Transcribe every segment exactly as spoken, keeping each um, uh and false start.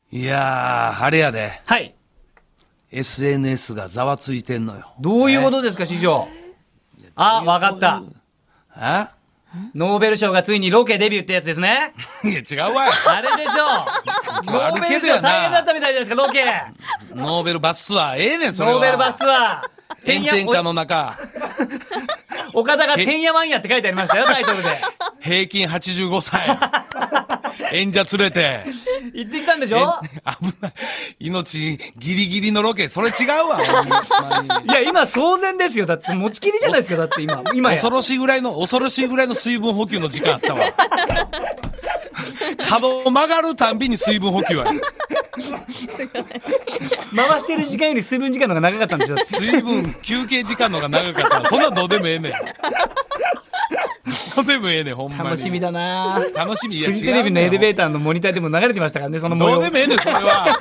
いやー、あれやで。 はい。 エスエヌエス がざわついてんのよ。 どういうことですか、師匠。あ、わかった。 あノーベル賞がついにロケデビューってやつですね。 いや、違うわ。 あれでしょ。ノーベル賞大変だったみたいじゃないですか、ロケ。 ノーベルバスツアー、ええねん、それは。 ノーベルバスツアー。 炎天下の中。 岡田がてんやわんやって書いてありましたよ、タイトルで。 平均はちじゅうごさい。演者連れて。 行ってきたんでしょ。 危ない。命ギリギリのロケ、それ違うわ。 いや、今騒然ですよ。だって持ちきりじゃないですか、だって今。今や恐ろしいぐらいの、恐ろしいぐらいの水分補給の時間あったわ。角を曲がるたんびに水分補給は。 回してる時間より水分時間の方が長かったんですよ。 水分休憩時間の方が長かった。そんなどうでもええねん。どうでもええねん、ほんまに。 楽しみだな。 楽しみ。いや、 フジテレビのエレベーターのモニターでも流れてましたからね、その模様。 どうでもええねん、それは。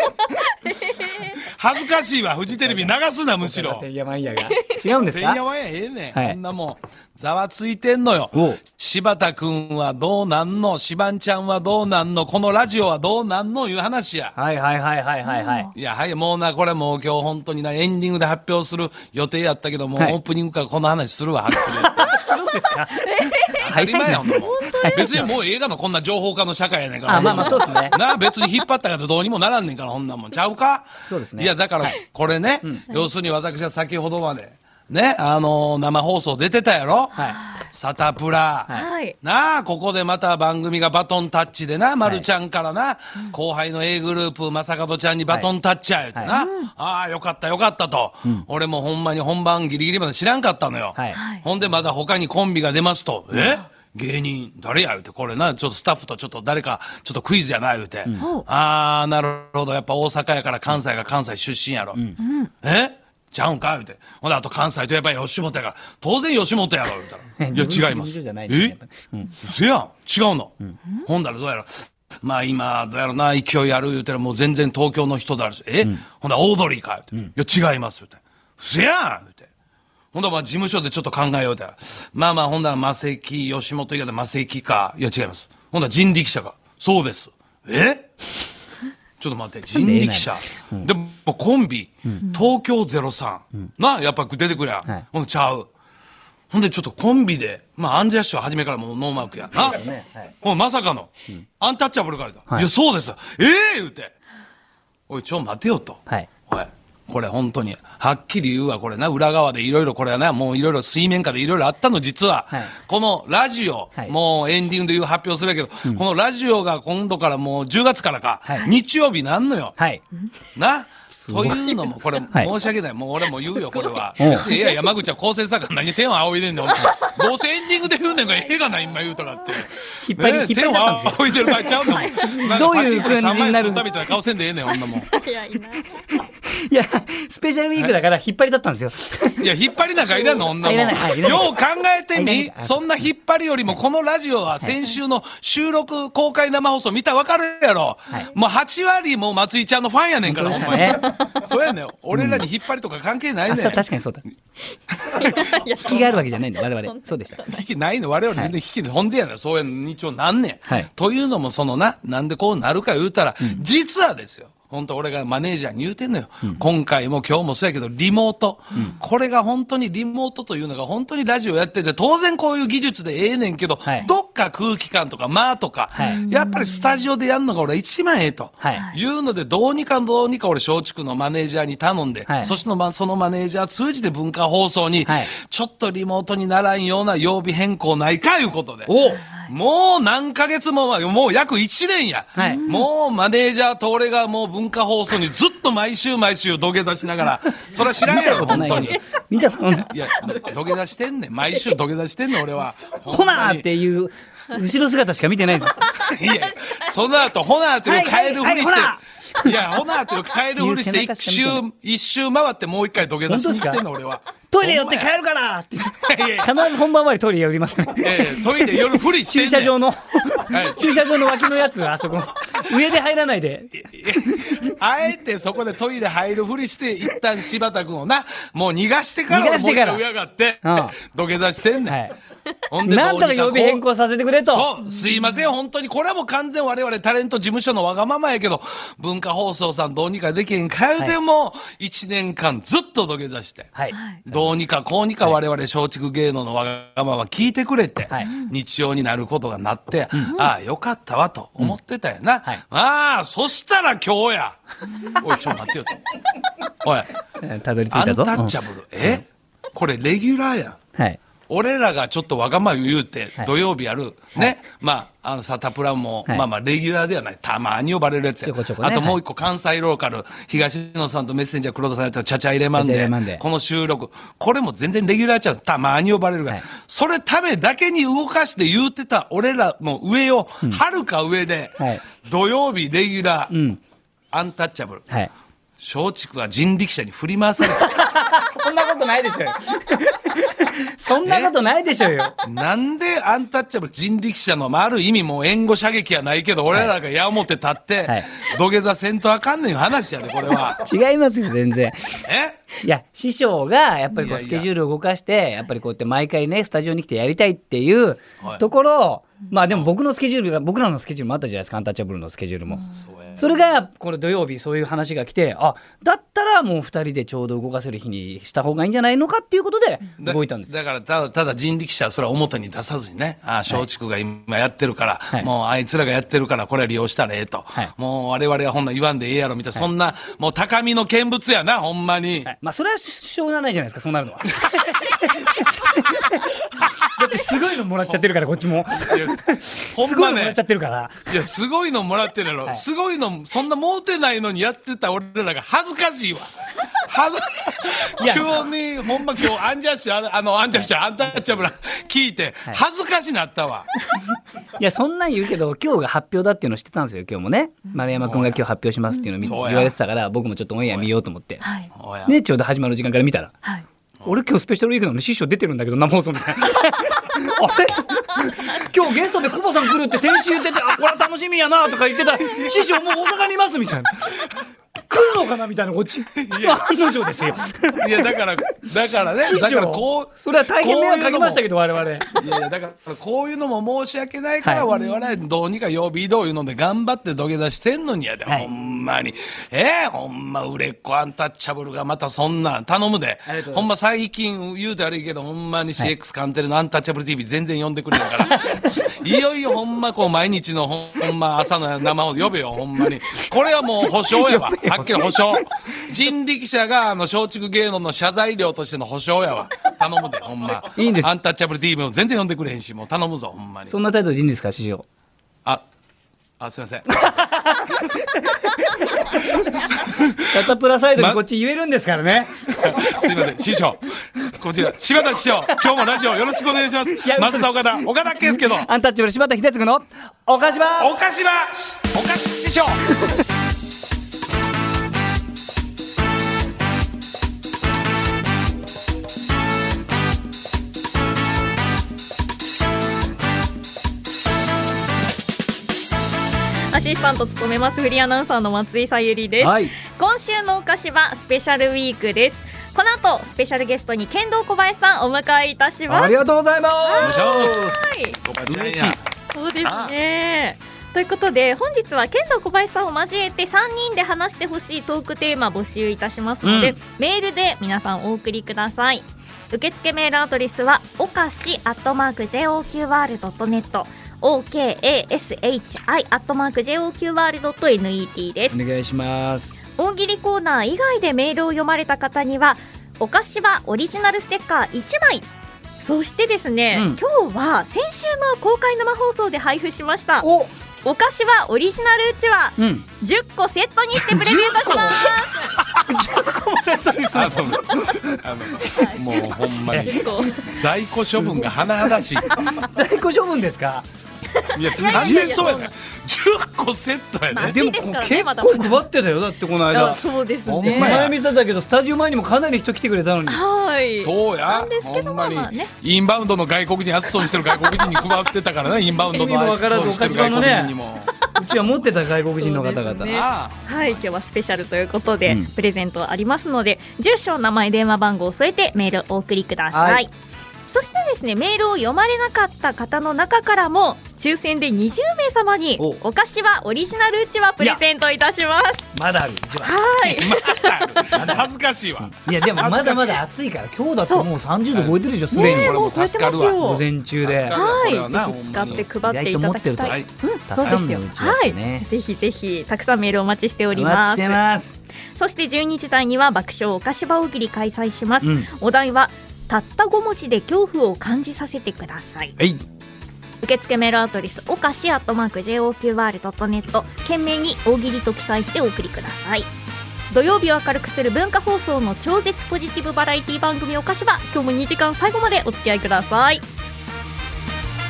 恥ずかしいわ、フジテレビ流すな、むしろ。 てんやわんやが。違うんですか。 てんやわんやええねん。はい、こんなもんざわついてんのよ。柴田くんはどうなんの、しばんちゃんはどうなんの、このラジオはどうなんのいう話や。 はいはいはいはいはいはい。 いや、はい、もうな、これもう今日本当にな、エンディングで発表する予定やったけども、はい、オープニングからこの話するわ、はっきり言って。 するんですか。 当たり前やん、ほんなもん。別にもう映画のこんな情報化の社会やねんから。 あ、まあまあそうですね。 なあ、別に引っ張ったからどうにもならんねんから、ほんなもんちゃうか。 そうですね。 いや、だから、これね、はい、要するに私は先ほどまで、ね、あのー、生放送出てたやろ、はい、サタプラ、はい、なあ、ここでまた番組がバトンタッチでな、まるちゃんからな、はい、後輩の A グループ、まさかどちゃんにバトンタッチや言うてな、はい、ああ、よかったよかったと、うん、俺もほんまに本番ギリギリまで知らんかったのよ。はい、ほんでまだ他にコンビが出ますと、え芸人誰や言うて、これな、ちょっとスタッフとちょっと誰かちょっとクイズやな言うて、うん、ああ、なるほど、やっぱ大阪やから関西が関西出身やろ、うん、えちゃうんか言うて、ほんであと関西といえば吉本やから当然吉本やろ言うたらいや違います。え、うん、せやん違うの、うん、ほんだらどうやろ、まあ今どうやろな、勢いある言うてらもう全然東京の人だし、え、うん、ほんだらオードリーか言うて、うん、いや違います言うて、せやん言うて、ほんだらまあ事務所でちょっと考えようて、まあまあほんだらマセキ吉本以外でマセキか、いや違います、ほんだら人力車か、そうです、えちょっと待って、人力車。うん、でも、コンビ、うん、東京ゼロさん。うん、な、やっぱ出てくりゃ。はい、ほんでちゃう。ほんでちょっとコンビで、まあ、アンジャッシュは初めからもうノーマークや。な。ね、はい、ほんまさかの、うん、アンタッチャブルからだ。はい、いや、そうです。ええー、言うて。おい、ちょ、待てよと。はい。おい。これ本当に、はっきり言うわ、これな、裏側でいろいろこれはな、もういろいろ水面下でいろいろあったの、実は。はい、このラジオ、はい、もうエンディングでいう発表するけど、うん、このラジオが今度からもうじゅうがつからか、はい、日曜日なんのよ。はい。な。というのも、これ、申し訳ない。もう俺も言うよ、これは。いや、山口は構成作家何天を仰いでんねん、どうせエンディングで言うねんから、ええがな、今言うたらって。 引っ張り、引っ張り天を仰いでる場合ちゃうのもん。 どういう感じになるのみたいな顔せんでええねん、女もん。 いや、いない。いや、スペシャルウィークだから引っ張りだったんですよ。 いや、引っ張りなんかいらんの、女もん。よう考えてみ、そんな引っ張りよりも、このラジオは先週の収録公開生放送見たら分かるやろ。もうはちわりもう松井ちゃんのファンやねんから、ほんまに。そうやねん。俺らに引っ張りとか関係ないねん。 確かにそうだ。引きがあるわけじゃないんだ、我々。そうでした。 引きないの、我々全然引きで、ほんでやねん。そうやのに一応なんねん。というのも、そのな、なんでこうなるか言うたら、実はですよ。本当俺がマネージャーに言うてんのよ、うん、今回も今日もそうやけどリモート、うん、これが本当にリモートというのが本当にラジオやってて当然こういう技術でええねんけど、はい、どっか空気感とか間とか、はい、やっぱりスタジオでやるのが俺は一番ええと、はい、いうのでどうにかどうにか俺松竹のマネージャーに頼んで、はい、そしてのそのマネージャー通じて文化放送に、はい、ちょっとリモートにならんような曜日変更ないかいうことでもう何ヶ月ももう約いちねんや、はい、もうマネージャーと俺がもう文化放送にずっと毎週毎週土下座しながらそれは知らんやろ本当に見たことないいや土下座してんねん毎週土下座してんの俺はほなーっていう後ろ姿しか見てないですいやその後ほなーっていう変えるふりして、はいはいはい、 いや、ほなって帰るふりして一周、一周回ってもう一回土下座しに来てんの、俺は。 トイレ寄って帰るからって必ず本番終わりトイレ寄りますね。 ええ、トイレ寄るふりしてんねん。 駐車場の、駐車場の脇のやつ、あそこ上で入らないであえてそこでトイレ入るふりして一旦柴田君をなもう逃がしてから逃がしてからもう一回上がって、 うん、 土下座してんねん、はい、 ほんでなんとか曜日変更させてくれと。 そうすいません本当にこれはもう完全我々タレント事務所のわがままやけど文化放送さんどうにかできへんかよでもいちねんかんずっと土下座して、はい、どうにかこうにか我々松竹芸能のわがまま聞いてくれて、はい、日曜になることがなって、うん、ああよかったわと思ってたよな、うんはい、ああそしたら今日やおいちょっと待ってよとおいたどり着いたぞアンタッチャブル、うん、えこれレギュラーやん、はい俺らがちょっとわがまま言うて、土曜日やる、はい、ね、はい、まあ、あの、サタプラも、はい、まあまあ、レギュラーではない、たまに呼ばれるやつや。ちょこちょこね、あともう一個、関西ローカル、東野さんとメッセンジャー黒田さんやったら、チャチャ入れマンデー、この収録、これも全然レギュラーちゃう、たまに呼ばれるから、はい、それためだけに動かして言うてた、俺らの上を、はるか上で、はい、土曜日レギュラー、うん、アンタッチャブル。はい松竹は人力車に振り回された。 そんなことないでしょうよ。そんなことないでしょうよ。 なんでアンタッチャブル人力車の、まあ、ある意味もう援護射撃はないけど、俺らが矢面立って、はい、土下座せんとあかんねん話やで、これは。 違いますよ、全然。 えいや、師匠がやっぱりこうスケジュールを動かして、やっぱりこうやって毎回ね、スタジオに来てやりたいっていうところを、まあでも僕のスケジュールが、僕らのスケジュールもあったじゃないですか、アンタッチャブルのスケジュールも。それがこれ土曜日そういう話が来て、あだったらもうふたりでちょうど動かせる日にした方がいいんじゃないのかっていうことで動いたんです。 だ, だからただただ人力車はそれは表に出さずにね、あ松竹が今やってるから、はい、もうあいつらがやってるからこれは利用したらええと、はい、もう我々はほんな言わんでええやろみたいな、はい、そんなもう高みの見物やなほんまに、はい、 まあそれはしょうがないじゃないですかそうなるのは。だってすごいのもらっちゃってるからこっちも。いやほんまね、すごいのもらっちゃってるから。 いやすごいのもらってるやろ、はい、すごいのそんなもうてないのにやってた俺らが恥ずかしいわ。恥ず急にほんま今日アンジャッシュあのアンジャッシュアンタッチャブル聞いて恥ずかしなったわ。 いやそんなん言うけど今日が発表だっていうの知ってたんですよ今日もね。丸山君が今日発表しますっていうのを言われてたから僕もちょっとオンエア見ようと思って、ね、ちょうど始まる時間から見たら、はい、俺今日スペシャルウィークなのに師匠出てるんだけど生放送みたいな。あれ今日ゲストで久保さん来るって先週言っててあこれは楽しみやなとか言ってた師匠もう大阪にいますみたいな。来るのかなみたいなこっち案の定ですよ。 いやだからだからねだからこうそれは大変迷惑かけましたけど我々。いやいやだからこういうのも申し訳ないから我々はどうにか曜日移動いうので頑張って土下座してんのにやで、はい、ほんまにえー、ほんま売れっ子アンタッチャブルがまたそんなん頼むでほんま最近言うて悪いけどほんまに シーエックス カンテレのアンタッチャブル ティーブイ 全然呼んでくれるからいよいよほんまこう毎日のほんま朝の生を呼べよほんまにこれはもう保証やわはっきり保証人力車があの松竹芸能の謝罪料としての保証やわ頼むでほんまいいんですアンタッチャブル ティーブイ も全然呼んでくれへんしもう頼むぞほんまにそんな態度でいいんですか師匠。 ああすいませんサタプラサイドにこっち言えるんですからね、 ま、すいません師匠こちら柴田師匠今日もラジオよろしくお願いします。増田岡田岡田圭介のアンタッチャブル柴田秀嗣の岡島岡島岡師匠アシスタント務めますフリーアナウンサーの松井さゆりです、はい、今週のお菓子はスペシャルウィークです。この後スペシャルゲストに剣道小林さんお迎えいたします。 ありがとうございます。 嬉しい。 そうですね。ということで本日は剣道小林さんを交えてさんにんで話してほしいトークテーマ募集いたしますので、うん、メールで皆さんお送りください。受付メールアドレスはおかしアットマーク ジェイオーキューアールドットネットオーケーエーエスエイチアイ アットマーク ジェイオーキューアールドットネット です。 お願いします。 大喜利コーナー以外でメールを読まれた方にはお菓子はオリジナルステッカーいちまい、そしてですね、うん、今日は先週の公開生放送で配布しましたおお菓子はオリジナルうちわ、うん、じゅっこセットにしてプレゼントしますじゅっこもセットにするあのもうほんまに在庫処分が甚だしい在庫処分ですか。 いや完全そうやね。じゅっこセットやね。 でも結構配ってたよ。だってこの間。 そうですね。 前見てたけどスタジオ前にもかなり人来てくれたのに。 はい。 そうや。ほんまにインバウンドの外国人、暑そうにしてる外国人に配ってたからね。インバウンドの暑そうにしてる外国人にも。 うちは持ってた外国人の方々。 はい、今日はスペシャルということでプレゼントありますので、住所、名前、電話番号を添えてメールお送りください。そしてですね、メールを読まれなかった方の中からも抽選でにじゅうめい様にお菓子はオリジナルうちわプレゼントいたします。 まだある。 はい。 まだ恥ずかしいわ。 いやでもまだまだ暑いから今日だともうさんじゅうど超えてるでしょ。すでにこれも助かるわ。 午前中で。 はい。ぜひ使って配っていただきたい。そうですよ。はい。ぜひぜひたくさんメールお待ちしております。 お待ちしてます。 そしてじゅうにじ台には爆笑お菓子場大喜利開催します。お題はたったごもじで恐怖を感じさせてください。 はい。 受付メールアドレスおかしアットマーク ジェイオーキューアールドットネット、 懸命に大喜利と記載してお送りください。土曜日を明るくする文化放送の超絶ポジティブバラエティ番組おかしば、今日もにじかん最後までお付き合いください。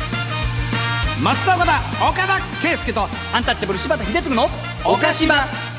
増田岡田岡田圭佑とアンタッチャブル柴田秀嗣のおかしば。